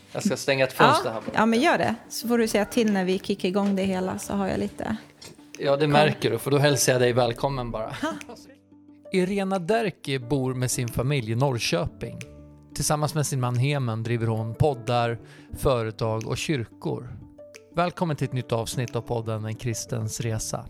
Jag ska stänga ett fönster här. Ja, men gör det. Så får du säga till när vi kickar igång det hela, så har jag lite... Ja, det märker du, för då hälsar jag dig välkommen bara. Irena Derki bor med sin familj i Norrköping. Tillsammans med sin man Hemen driver hon poddar, företag och kyrkor. Välkommen till ett nytt avsnitt av podden En kristens resa.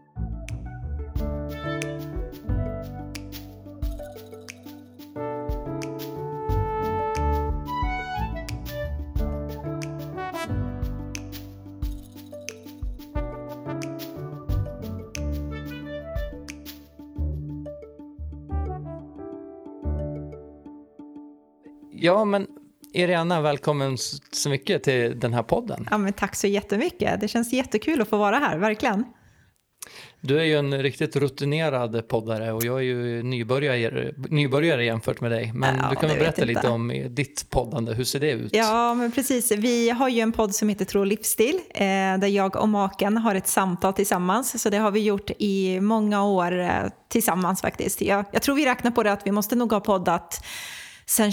Ja, men Irena, välkommen så mycket till den här podden. Ja, men tack så jättemycket. Det känns jättekul att få vara här, verkligen. Du är ju en riktigt rutinerad poddare och jag är ju nybörjare jämfört med dig. Men du kan väl berätta lite om ditt poddande. Hur ser det ut? Ja, men precis. Vi har ju en podd som heter Tro och livsstil. Där jag och maken har ett samtal tillsammans. Så det har vi gjort i många år tillsammans faktiskt. Jag tror vi räknar på det att vi måste nog ha poddat sen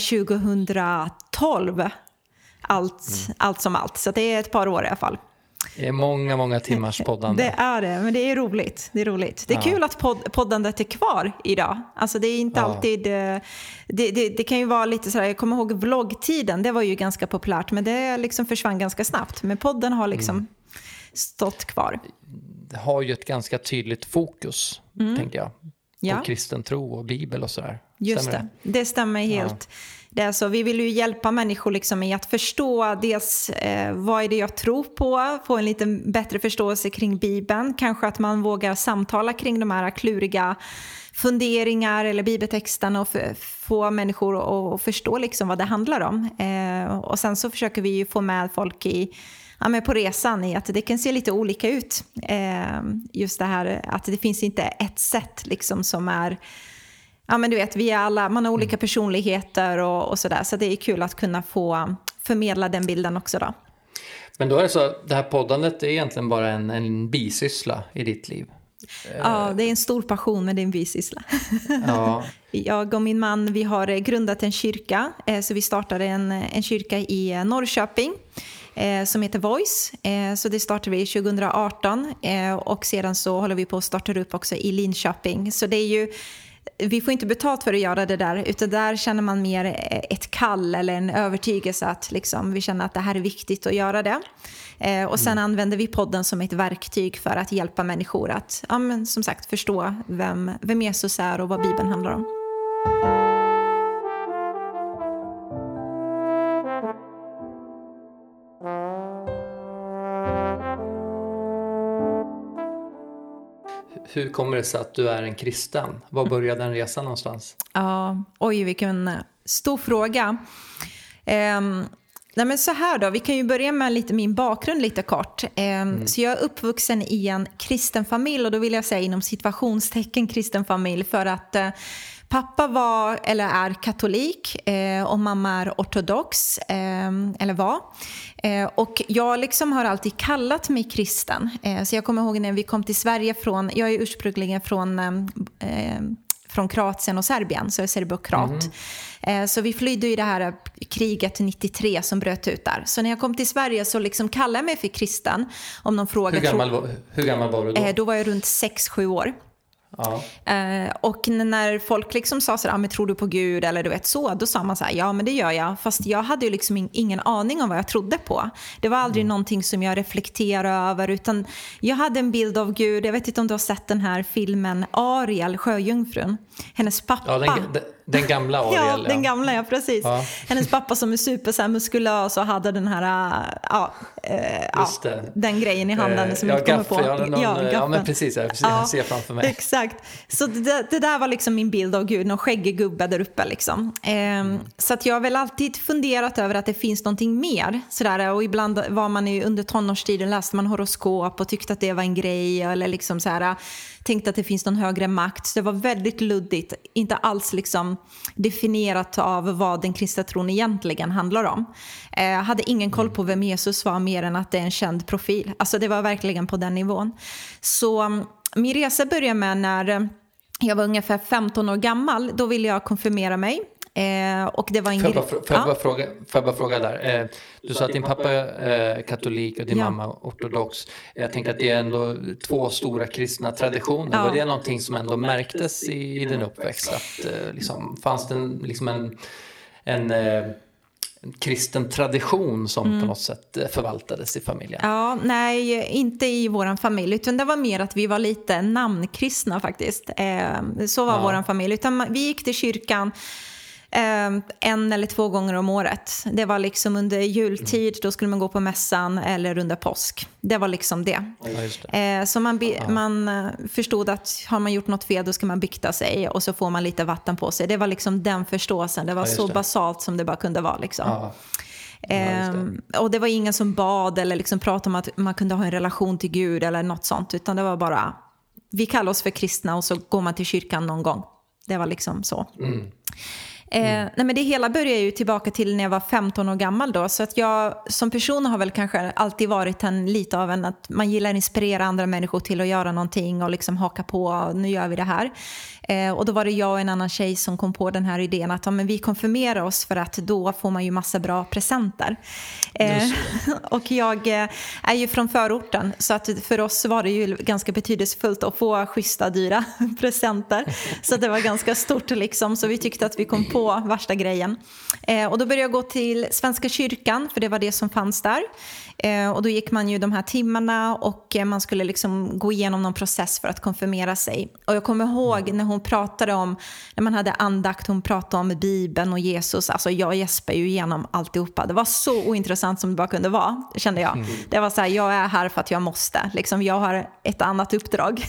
2012. Allt som allt. Så det är ett par år i alla fall. Det är många timmars poddande. Det är det, men det är roligt. Det är kul att poddandet är kvar idag. Alltså det är inte alltid... Det kan ju vara lite sådär... Jag kommer ihåg vloggtiden, det var ju ganska populärt. Men det liksom försvann ganska snabbt. Men podden har liksom stått kvar. Det har ju ett ganska tydligt fokus, tänker jag. På kristen tro och bibel och sådär. Just det stämmer helt. Det är så, vi vill ju hjälpa människor liksom i att förstå dels vad är det jag tror på, få en lite bättre förståelse kring Bibeln. Kanske att man vågar samtala kring de här kluriga funderingar eller bibeltexten och få människor att förstå liksom vad det handlar om. Och sen så försöker vi ju få med folk på resan i att det kan se lite olika ut. Just det här att det finns inte ett sätt liksom som är... Ja, men du vet, vi är alla, man har olika personligheter och sådär. Så det är kul att kunna få förmedla den bilden också då. Men då är det så, det här poddandet är egentligen bara en bisyssla i ditt liv. Ja, det är en stor passion, men det är en bisyssla. Ja. Jag och min man, vi har grundat en kyrka. Så vi startade en kyrka i Norrköping som heter Voice. Så det startade vi 2018. Och sedan så håller vi på att starta upp också i Linköping. Så det är ju... Vi får inte betalt för att göra det där, utan där känner man mer ett kall eller en övertygelse att liksom, vi känner att det här är viktigt att göra det. Och sen använder vi podden som ett verktyg för att hjälpa människor att som sagt förstå vem Jesus är och vad Bibeln handlar om. Hur kommer det sig att du är en kristen? Var började den resan någonstans? Ja, vilken stor fråga. Nej men så här då, vi kan ju börja med lite min bakgrund lite kort. Så jag är uppvuxen i en kristen familj, och då vill jag säga inom situationstecken kristen familj, för att pappa var eller är katolik och mamma är ortodox eller var. Och jag liksom har alltid kallat mig kristen. Så jag kommer ihåg när vi kom till Sverige jag är ursprungligen från Kroatien och Serbien, så jag är serbokrat. Så vi flydde i det här kriget 93 som bröt ut där. Så när jag kom till Sverige så liksom kallade jag mig för kristen. Om någon frågar, hur gammal var du då? Då var jag runt 6-7 år. Ja. Och när folk liksom sa så här, men tror du på Gud eller du vet så, då sa man så här, ja men det gör jag, fast jag hade ju liksom ingen aning om vad jag trodde på. Det var aldrig någonting som jag reflekterade över, utan jag hade en bild av Gud. Jag vet inte om du har sett den här filmen Ariel, Sjöjungfrun. Hennes pappa. Ja, den gamla Ariel. Ja, den gamla, ja precis. Ja. Hennes pappa som är super så här muskulös och hade den här den grejen i handen som jag kommer på. Ja, men precis, jag ser framför mig. Exakt. Så det där var liksom min bild av Gud, någon skäggig gubbe där uppe liksom. Så att jag har väl alltid funderat över att det finns någonting mer sådär, och ibland var man ju under tonårstiden, läste man horoskop och tyckte att det var en grej, eller liksom så här, tänkte att det finns någon högre makt. Så det var väldigt luddigt, inte alls liksom definierat av vad den kristna tron egentligen handlar om. Jag hade ingen koll på vem Jesus var, mer än att det är en känd profil. Alltså det var verkligen på den nivån. Så min resa började med när jag var ungefär 15 år gammal. Då ville jag konfirmera mig. Och det var Får jag bara fråga där? Du sa att din pappa är katolik och din mamma ortodox. Jag tänker att det är ändå 2 stora kristna traditioner. Ja. Var det någonting som ändå märktes i din uppväxt? Att, liksom, fanns det en kristen tradition som på något sätt förvaltades i familjen? Ja, nej, inte i våran familj, utan det var mer att vi var lite namnkristna faktiskt. Så var våran familj, utan vi gick till kyrkan 1 eller 2 gånger om året. Det var liksom under jultid, då skulle man gå på mässan, eller under påsk. Det var liksom det. Så man förstod att har man gjort något fel, då ska man bikta sig och så får man lite vatten på sig. Det var liksom den förståelsen. Det var så basalt som det bara kunde vara liksom. Och det var ingen som bad eller liksom pratade om att man kunde ha en relation till Gud eller något sånt, utan det var bara, vi kallar oss för kristna och så går man till kyrkan någon gång. Det var liksom så. Nej, men det hela började ju tillbaka till när jag var 15 år gammal då, så att jag som person har väl kanske alltid varit lite av en att man gillar att inspirera andra människor till att göra någonting och liksom haka på, nu gör vi det här. Och då var det jag och en annan tjej som kom på den här idén att men vi konfirmerar oss för att då får man ju massa bra presenter. Och jag är ju från förorten, så att för oss var det ju ganska betydelsefullt att få schyssta, dyra presenter. Så det var ganska stort liksom, så vi tyckte att vi kom på värsta grejen. Och då började jag gå till Svenska kyrkan, för det var det som fanns där. Och då gick man ju de här timmarna och man skulle liksom gå igenom någon process för att konfirmera sig. Och jag kommer ihåg när hon pratade om, när man hade andakt, hon pratade om Bibeln och Jesus. Alltså jag gäspade ju igenom alltihopa. Det var så ointressant som det bara kunde vara, kände jag. Det var så här, jag är här för att jag måste. Liksom, jag har ett annat uppdrag.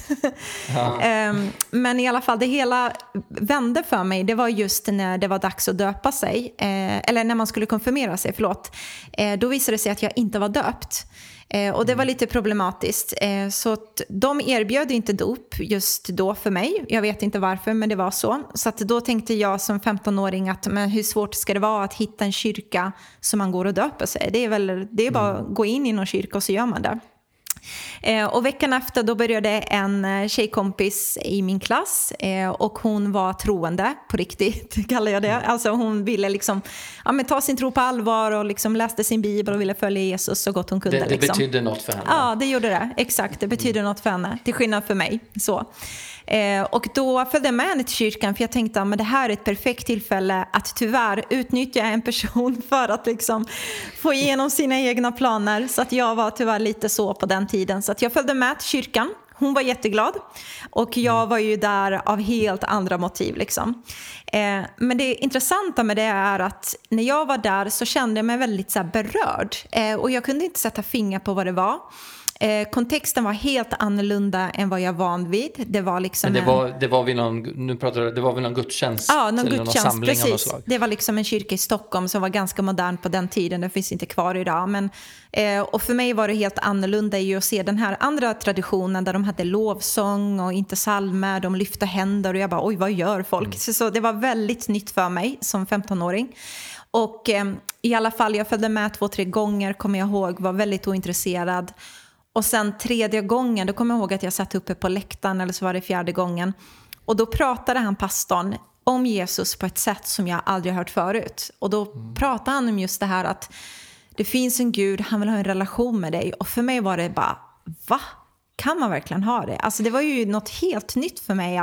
Men i alla fall, det hela vände för mig. Det var just när det var dags att döpa sig. Eller när man skulle konfirmera sig, förlåt. Då visade det sig att jag inte var döpt. Och det var lite problematiskt. Så att de erbjöd inte dop just då för mig. Jag vet inte varför, men det var så. Så att då tänkte jag som 15-åring att men hur svårt ska det vara att hitta en kyrka som man går och döper sig? Det är bara att gå in i någon kyrka och så gör man det. Och veckan efter då började en tjejkompis i min klass och hon var troende på riktigt, kallar jag det. Alltså hon ville liksom ta sin tro på allvar och liksom läste sin bibel och ville följa Jesus så gott hon kunde. Det liksom. betydde något för henne. Ja, det gjorde det. Exakt, det betydde något för henne. Till skillnad för mig. Så. Och då följde jag med henne till kyrkan, för jag tänkte att det här är ett perfekt tillfälle att tyvärr utnyttja en person för att liksom få igenom sina egna planer. Så att jag var tyvärr lite så på den tiden. Så att jag följde med till kyrkan. Hon var jätteglad och jag var ju där av helt andra motiv liksom. Men det intressanta med det är att när jag var där så kände jag mig väldigt så här berörd. Och jag kunde inte sätta finger på vad det var. Kontexten var helt annorlunda än vad jag van vid. Det var liksom det var vid någon gudstjänst. Ja, någon eller gudstjänst, någon samling precis. av något slag. Det var liksom en kyrka i Stockholm som var ganska modern på den tiden. Den finns inte kvar idag. Men, och för mig var det helt annorlunda i att se den här andra traditionen där de hade lovsång och inte salmer. De lyfte händer och jag bara, oj, vad gör folk? Så det var väldigt nytt för mig som 15-åring. Och i alla fall, jag följde med 2-3 gånger, kommer jag ihåg, var väldigt ointresserad. Och sen 3:e gången, då kommer jag ihåg att jag satt uppe på läktaren, eller så var det 4:e gången. Och då pratade han, pastorn, om Jesus på ett sätt som jag aldrig hört förut. Och då pratade han om just det här att det finns en Gud, han vill ha en relation med dig. Och för mig var det bara, va? Kan man verkligen ha det? Alltså det var ju något helt nytt för mig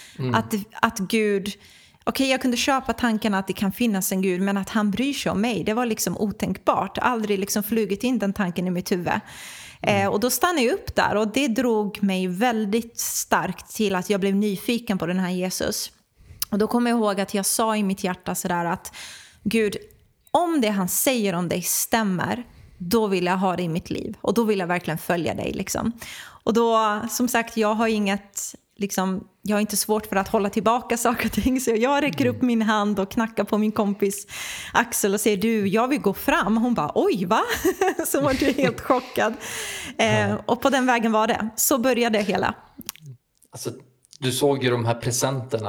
att Gud... Okej, jag kunde köpa tanken att det kan finnas en Gud, men att han bryr sig om mig, det var liksom otänkbart. Aldrig liksom flugit in den tanken i mitt huvud. Och då stannade jag upp där och det drog mig väldigt starkt till att jag blev nyfiken på den här Jesus. Och då kommer jag ihåg att jag sa i mitt hjärta sådär att Gud, om det han säger om dig stämmer, då vill jag ha det i mitt liv. Och då vill jag verkligen följa dig liksom. Och då, som sagt, jag har inte svårt för att hålla tillbaka saker och ting. Så jag räcker upp min hand och knackar på min kompis axel och säger, du, jag vill gå fram. Hon bara, oj, va? Så var du helt chockad. Och på den vägen var det. Så började det hela. Alltså, du såg ju de här presenterna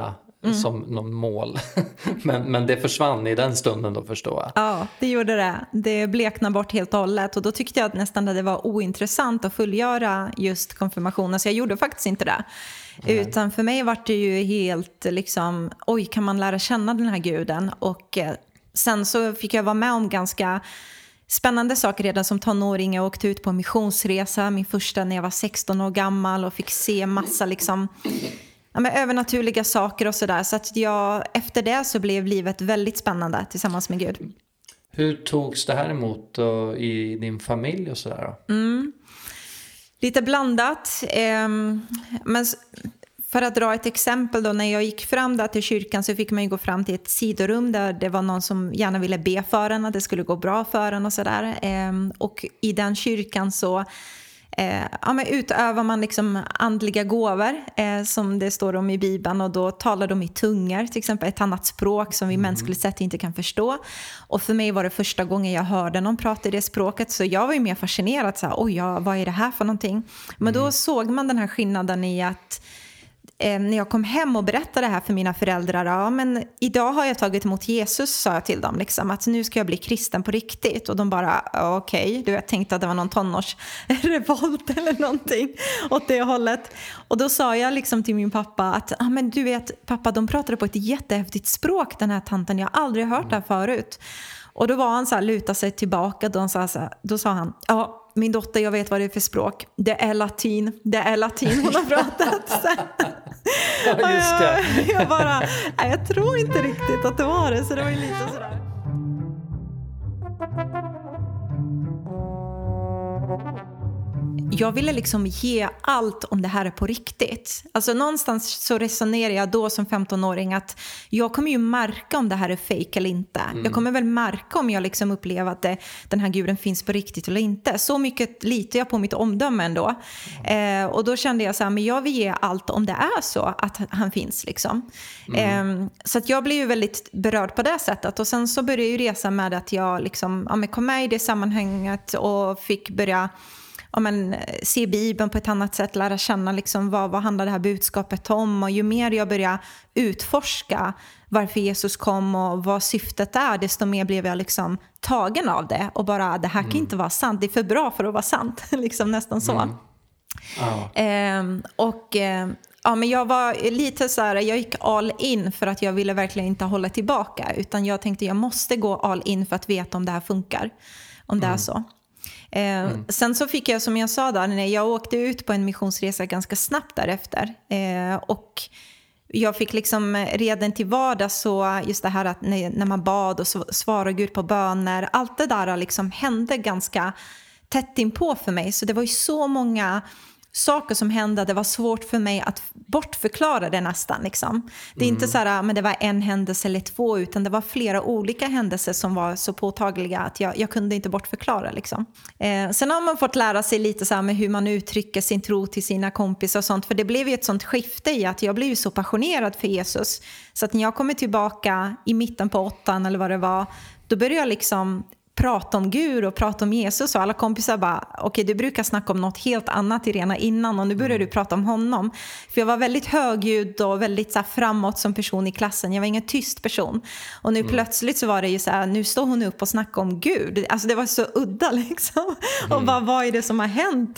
som någon mål. men det försvann i den stunden då, förstår jag. Ja, det gjorde det. Det bleknade bort helt och hållet. Och då tyckte jag att nästan det var ointressant att fullgöra just konfirmationen. Så jag gjorde faktiskt inte det. Utan för mig var det ju helt liksom, oj, kan man lära känna den här guden? Och sen så fick jag vara med om ganska spännande saker redan som tonåring. Jag åkte ut på en missionsresa, min första när jag var 16 år gammal, och fick se massa liksom, övernaturliga saker och sådär. Så att efter det så blev livet väldigt spännande tillsammans med Gud. Hur togs det här emot då, i din familj och sådär då? Lite blandat. Men för att dra ett exempel då, när jag gick fram där till kyrkan så fick man ju gå fram till ett sidorum där det var någon som gärna ville be för en, att det skulle gå bra för en och sådär. Och i den kyrkan så utövar man liksom andliga gåvor som det står om i Bibeln, och då talar de i tungor, till exempel ett annat språk som vi mänskligt sett inte kan förstå. Och för mig var det första gången jag hörde någon prata i det språket, så jag var ju mer fascinerad, så här, vad är det här för någonting? Men då såg man den här skillnaden i att när jag kom hem och berättade det här för mina föräldrar, men idag har jag tagit emot Jesus, sa jag till dem, liksom, att nu ska jag bli kristen på riktigt. Och de bara, okej, du, jag tänkte att det var någon tonårsrevolt eller någonting åt det hållet. Och då sa jag liksom till min pappa att, men du vet pappa, de pratade på ett jättehäftigt språk, den här tanten, jag har aldrig hört det här förut. Och då var han så här, lutade sig tillbaka, då sa han, min dotter, jag vet vad det är för språk. Det är latin hon har pratat. Ja, just det. Jag bara, jag tror inte riktigt att det var det. Så det var ju lite sådär. Jag ville liksom ge allt om det här är på riktigt. Alltså någonstans så resonerar jag då som 15-åring att jag kommer ju märka om det här är fake eller inte. Jag kommer väl märka om jag liksom upplever att den här guden finns på riktigt eller inte. Så mycket litar jag på mitt omdöme ändå. Och då kände jag så här, men jag vill ge allt om det är så att han finns liksom. Så att jag blev ju väldigt berörd på det sättet. Och sen så började jag ju resa med att jag liksom, kom med i det sammanhanget och fick börja se Bibeln på ett annat sätt, lära känna liksom vad handlar det här budskapet om. Och ju mer jag började utforska varför Jesus kom och vad syftet är, desto mer blev jag liksom tagen av det. Och bara, det här kan inte vara sant, det är för bra för att vara sant. Liksom nästan så. Men jag var lite så här, jag gick all in för att jag ville verkligen inte hålla tillbaka. Utan jag tänkte jag måste gå all in för att veta om det här funkar. Om det är så. Sen så fick jag, som jag sa där, när jag åkte ut på en missionsresa ganska snabbt därefter. Och jag fick liksom redan till vardags så just det här att när man bad och svarade Gud på böner. Allt det där liksom hände ganska tätt inpå för mig. Så det var ju så många saker som hände, det var svårt för mig att bortförklara det nästan liksom. Det är inte så här, men det var en händelse eller två, utan det var flera olika händelser som var så påtagliga att jag kunde inte bortförklara liksom. Sen har man fått lära sig lite så här med hur man uttrycker sin tro till sina kompisar och sånt, för det blev ju ett sånt skifte i att jag blev ju så passionerad för Jesus, så att när jag kommer tillbaka i mitten på 8:an eller vad det var, då började jag liksom prata om Gud och prata om Jesus, och alla kompisar bara, okej, du brukar snacka om något helt annat Irena innan, och nu börjar du prata om honom. För jag var väldigt högljudd och väldigt så här framåt som person i klassen. Jag var ingen tyst person. Och nu plötsligt så var det ju så här, nu står hon upp och snackar om Gud. Alltså det var så udda liksom. Och bara, vad är det som har hänt?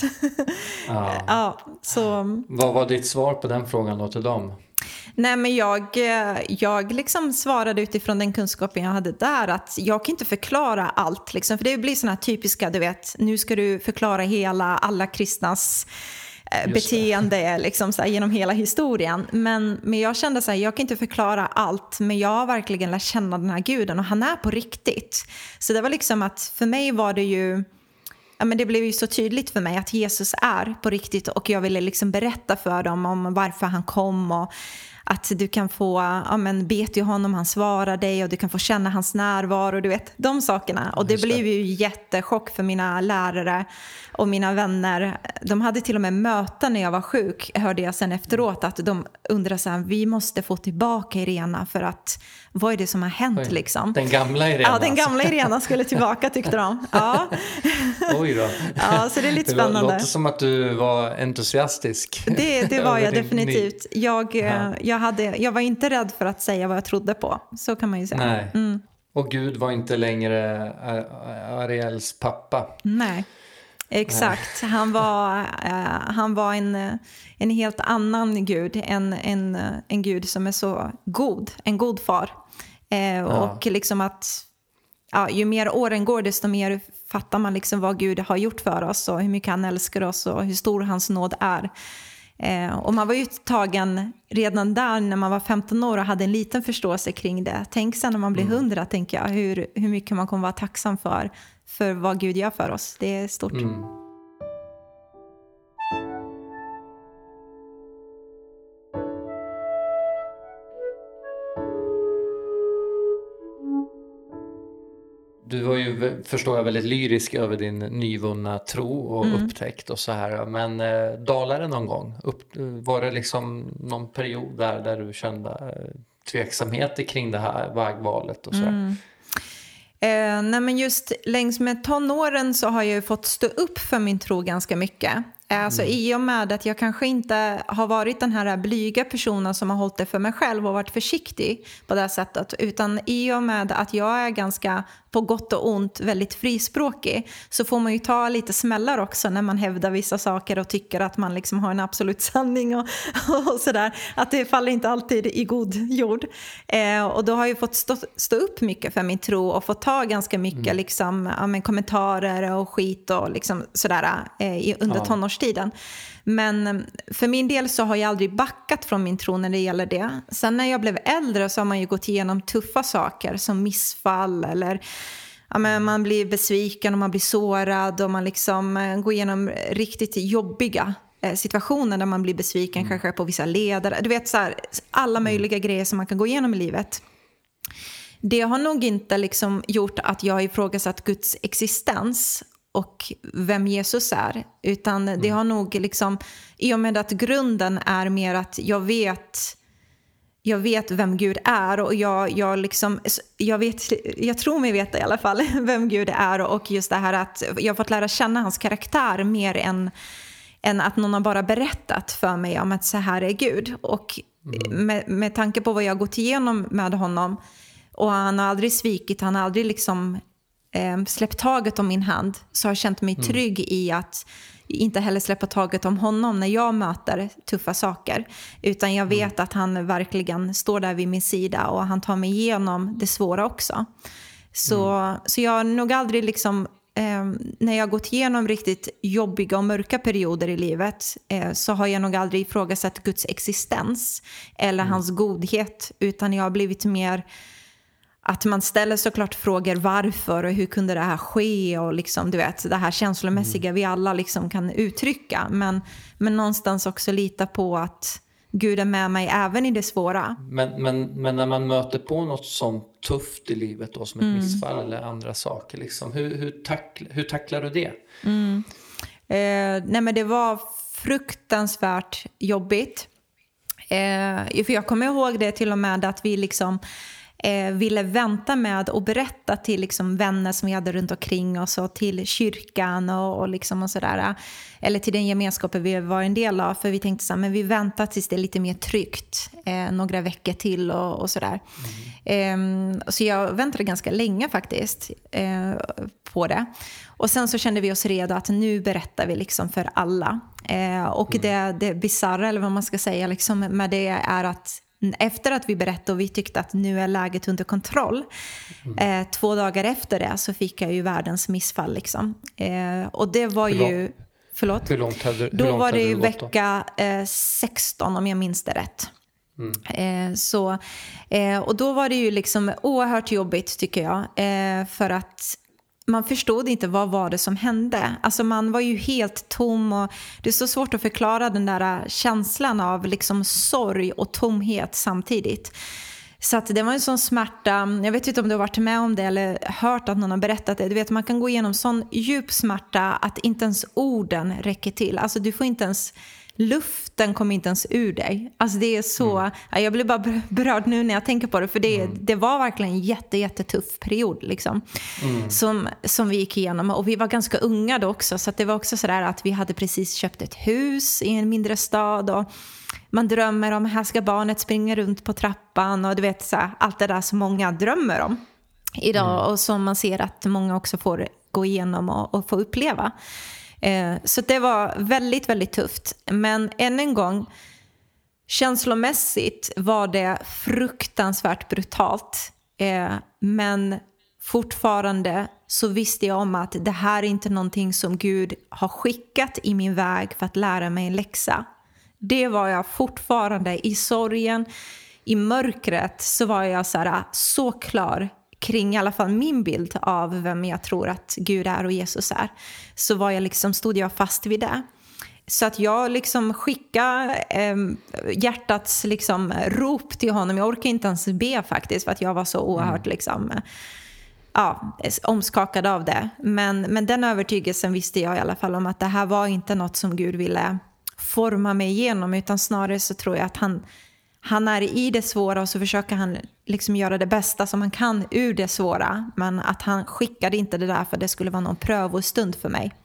Så. Vad var ditt svar på den frågan då till dem? Nej, men jag liksom svarade utifrån den kunskapen jag hade där, att jag kan inte förklara allt liksom, för det blir såna här typiska, du vet, nu ska du förklara alla kristnas beteende liksom, så här, genom hela historien, men jag kände så här, jag kan inte förklara allt, men jag har verkligen lärt känna den här guden och han är på riktigt. Så det var liksom att för mig var det ju, men det blev ju så tydligt för mig att Jesus är på riktigt, och jag ville liksom berätta för dem om varför han kom, och att du kan få be till honom, han svarar dig, och du kan få känna hans närvaro, du vet, de sakerna. Och det blev ju jättechock för mina lärare och mina vänner. De hade till och med möten när jag var sjuk, hörde jag sen efteråt, att de undrade så här, vi måste få tillbaka Irena, för att vad är det som har hänt liksom? Den gamla Irena. Ja, den gamla Irena skulle tillbaka, tyckte de. Ja. Oj då. Ja, så det är lite spännande. Det låter som att du var entusiastisk. Det var jag definitivt. Jag jag var inte rädd för att säga vad jag trodde på. Så kan man ju säga. Nej. Och Gud var inte längre Ariels pappa. Nej, exakt. Han var en helt annan Gud. En Gud som är så god. En god far. Och liksom att ju mer åren går, desto mer fattar man liksom vad Gud har gjort för oss. Och hur mycket han älskar oss och hur stor hans nåd är. Och man var ju tagen redan där när man var 15 år och hade en liten förståelse kring det. Tänk sen när man blir 100, tänker jag, hur mycket man kommer vara tacksam för vad Gud gör för oss. Det är stort. Du var ju, förstår jag, väldigt lyrisk över din nyvunna tro och upptäckt och så här. Men dalade det någon gång? Var det liksom någon period där du kände tveksamheter kring det här vägvalet och så här? Nej, men just längs med tonåren så har jag ju fått stå upp för min tro ganska mycket. Alltså i och med att jag kanske inte har varit den här blyga personen som har hållit det för mig själv och varit försiktig på det här sättet. Utan i och med att jag är ganska på gott och ont väldigt frispråkig, så får man ju ta lite smällar också när man hävdar vissa saker och tycker att man liksom har en absolut sanning och sådär. Att det faller inte alltid i god jord. Och då har jag fått stå upp mycket för min tro och fått ta ganska mycket liksom, kommentarer och skit och liksom sådär under tonårstiden. Men för min del så har jag aldrig backat från min tro när det gäller det. Sen när jag blev äldre så har man ju gått igenom tuffa saker som missfall eller man blir besviken och man blir sårad och man liksom går igenom riktigt jobbiga situationer där man blir besviken kanske på vissa ledare. Du vet så här, alla möjliga grejer som man kan gå igenom i livet. Det har nog inte liksom gjort att jag har ifrågasatt Guds existens och vem Jesus är, utan det har nog liksom, i och med att grunden är mer att jag vet vem Gud är och jag tror mig veta i alla fall vem Gud är, och just det här att jag har fått lära känna hans karaktär mer än att någon har bara berättat för mig om att så här är Gud. Och med tanke på vad jag har gått igenom med honom, och han har aldrig svikit, han har aldrig liksom släppt taget om min hand, så har jag känt mig trygg i att inte heller släppa taget om honom när jag möter tuffa saker, utan jag vet att han verkligen står där vid min sida och han tar mig igenom det svåra också. Så jag har nog aldrig liksom när jag har gått igenom riktigt jobbiga och mörka perioder i livet, så har jag nog aldrig ifrågasatt Guds existens eller hans godhet, utan jag har blivit mer att man ställer såklart frågor varför och hur kunde det här ske, och liksom, du vet, det här känslomässiga vi alla liksom kan uttrycka, men någonstans också lita på att Gud är med mig även i det svåra. Men när man möter på något sånt tufft i livet då, som ett missfall eller andra saker, liksom, hur tacklar du det? Nej, men det var fruktansvärt jobbigt. För jag kommer ihåg det till och med att vi liksom ville vänta med att berätta till liksom vänner som vi hade runt omkring oss och till kyrkan och liksom och sådär, eller till den gemenskapen vi var en del av, för vi tänkte så här, men vi väntar tills det är lite mer tryggt några veckor till och sådär. Så jag väntade ganska länge faktiskt på det, och sen så kände vi oss redo att nu berättar vi liksom för alla, och det bizarra, eller vad man ska säga liksom, med det är att efter att vi berättade och vi tyckte att nu är läget under kontroll, 2 dagar efter det så fick jag ju världens missfall liksom. Och det var ju hur långt hade då var det ju gått då? vecka 16 om jag minns det rätt. Och då var det ju liksom oerhört jobbigt tycker jag, för att man förstod inte vad var det som hände. Alltså man var ju helt tom, och det är så svårt att förklara den där känslan av liksom sorg och tomhet samtidigt. Så att det var en sån smärta, jag vet inte om du har varit med om det eller hört att någon har berättat det. Du vet, man kan gå igenom sån djup smärta att inte ens orden räcker till. Alltså du får inte ens luften kommer inte ens ur dig. Alltså det är så, jag blir bara berörd nu när jag tänker på det, för det var verkligen en jättetuff period liksom, som vi gick igenom, och vi var ganska unga då också, så att det var också sådär att vi hade precis köpt ett hus i en mindre stad, och man drömmer om här ska barnet springa runt på trappan, och du vet så här, allt det där som många drömmer om idag, och som man ser att många också får gå igenom och få uppleva. Så det var väldigt, väldigt tufft. Men än en gång, känslomässigt var det fruktansvärt brutalt. Men fortfarande så visste jag om att det här är inte någonting som Gud har skickat i min väg för att lära mig en läxa. Det var jag fortfarande i sorgen, i mörkret, så var jag så klar kring i alla fall min bild av vem jag tror att Gud är och Jesus är. Så var jag liksom, stod jag fast vid det. Så att jag liksom skickade hjärtats liksom rop till honom. Jag orkar inte ens be faktiskt, för att jag var så oerhört liksom, omskakad av det. Men den övertygelsen visste jag i alla fall om, att det här var inte något som Gud ville forma mig igenom, utan snarare så tror jag att han är i det svåra, och så försöker han liksom göra det bästa som han kan ur det svåra. Men att han skickade inte det där för det skulle vara någon prövostund för mig.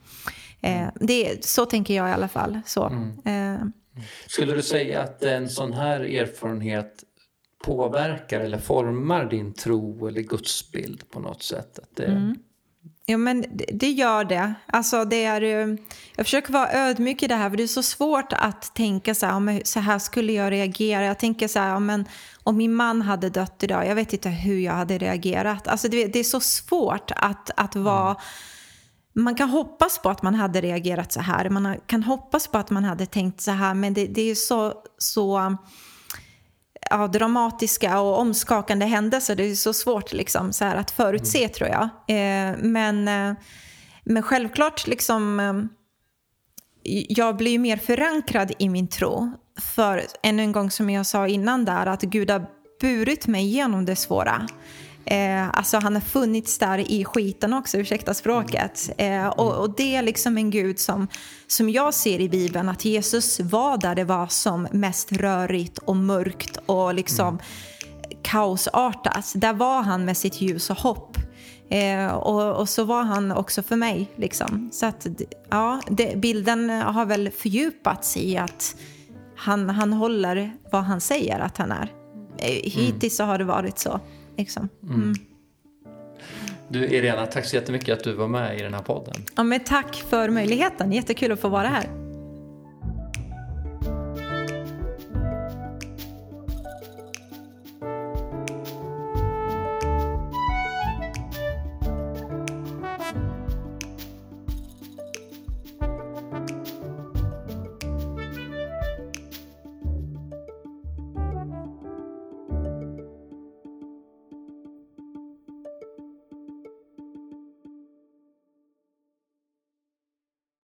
Så tänker jag i alla fall. Så. Skulle du säga att en sån här erfarenhet påverkar eller formar din tro eller gudsbild på något sätt? Att det... Ja, men det gör det. Alltså det är, jag försöker vara ödmjuk i det här, för det är så svårt att tänka så här, så här skulle jag reagera. Jag tänker så här, men om min man hade dött idag, jag vet inte hur jag hade reagerat. Alltså det är så svårt att vara... Man kan hoppas på att man hade reagerat så här. Man kan hoppas på att man hade tänkt så här, men det är så dramatiska och omskakande händelser. Det är så svårt liksom, så här, att förutse, tror jag. Men självklart liksom, jag blir mer förankrad i min tro. För ännu en gång, som jag sa innan där, att Gud har burit mig genom det svåra. Alltså han har funnits där i skiten också, ursäkta språket. Och det är liksom en Gud som jag ser i Bibeln, att Jesus var där det var som mest rörigt och mörkt och liksom kaosartat. Där var han med sitt ljus och hopp. Och så var han också för mig liksom. Så att bilden har väl fördjupats i att han håller vad han säger att han är. Hittills så har det varit så liksom. Du Irena, tack så jättemycket att du var med i den här podden. Ja, men tack för möjligheten, jättekul att få vara här.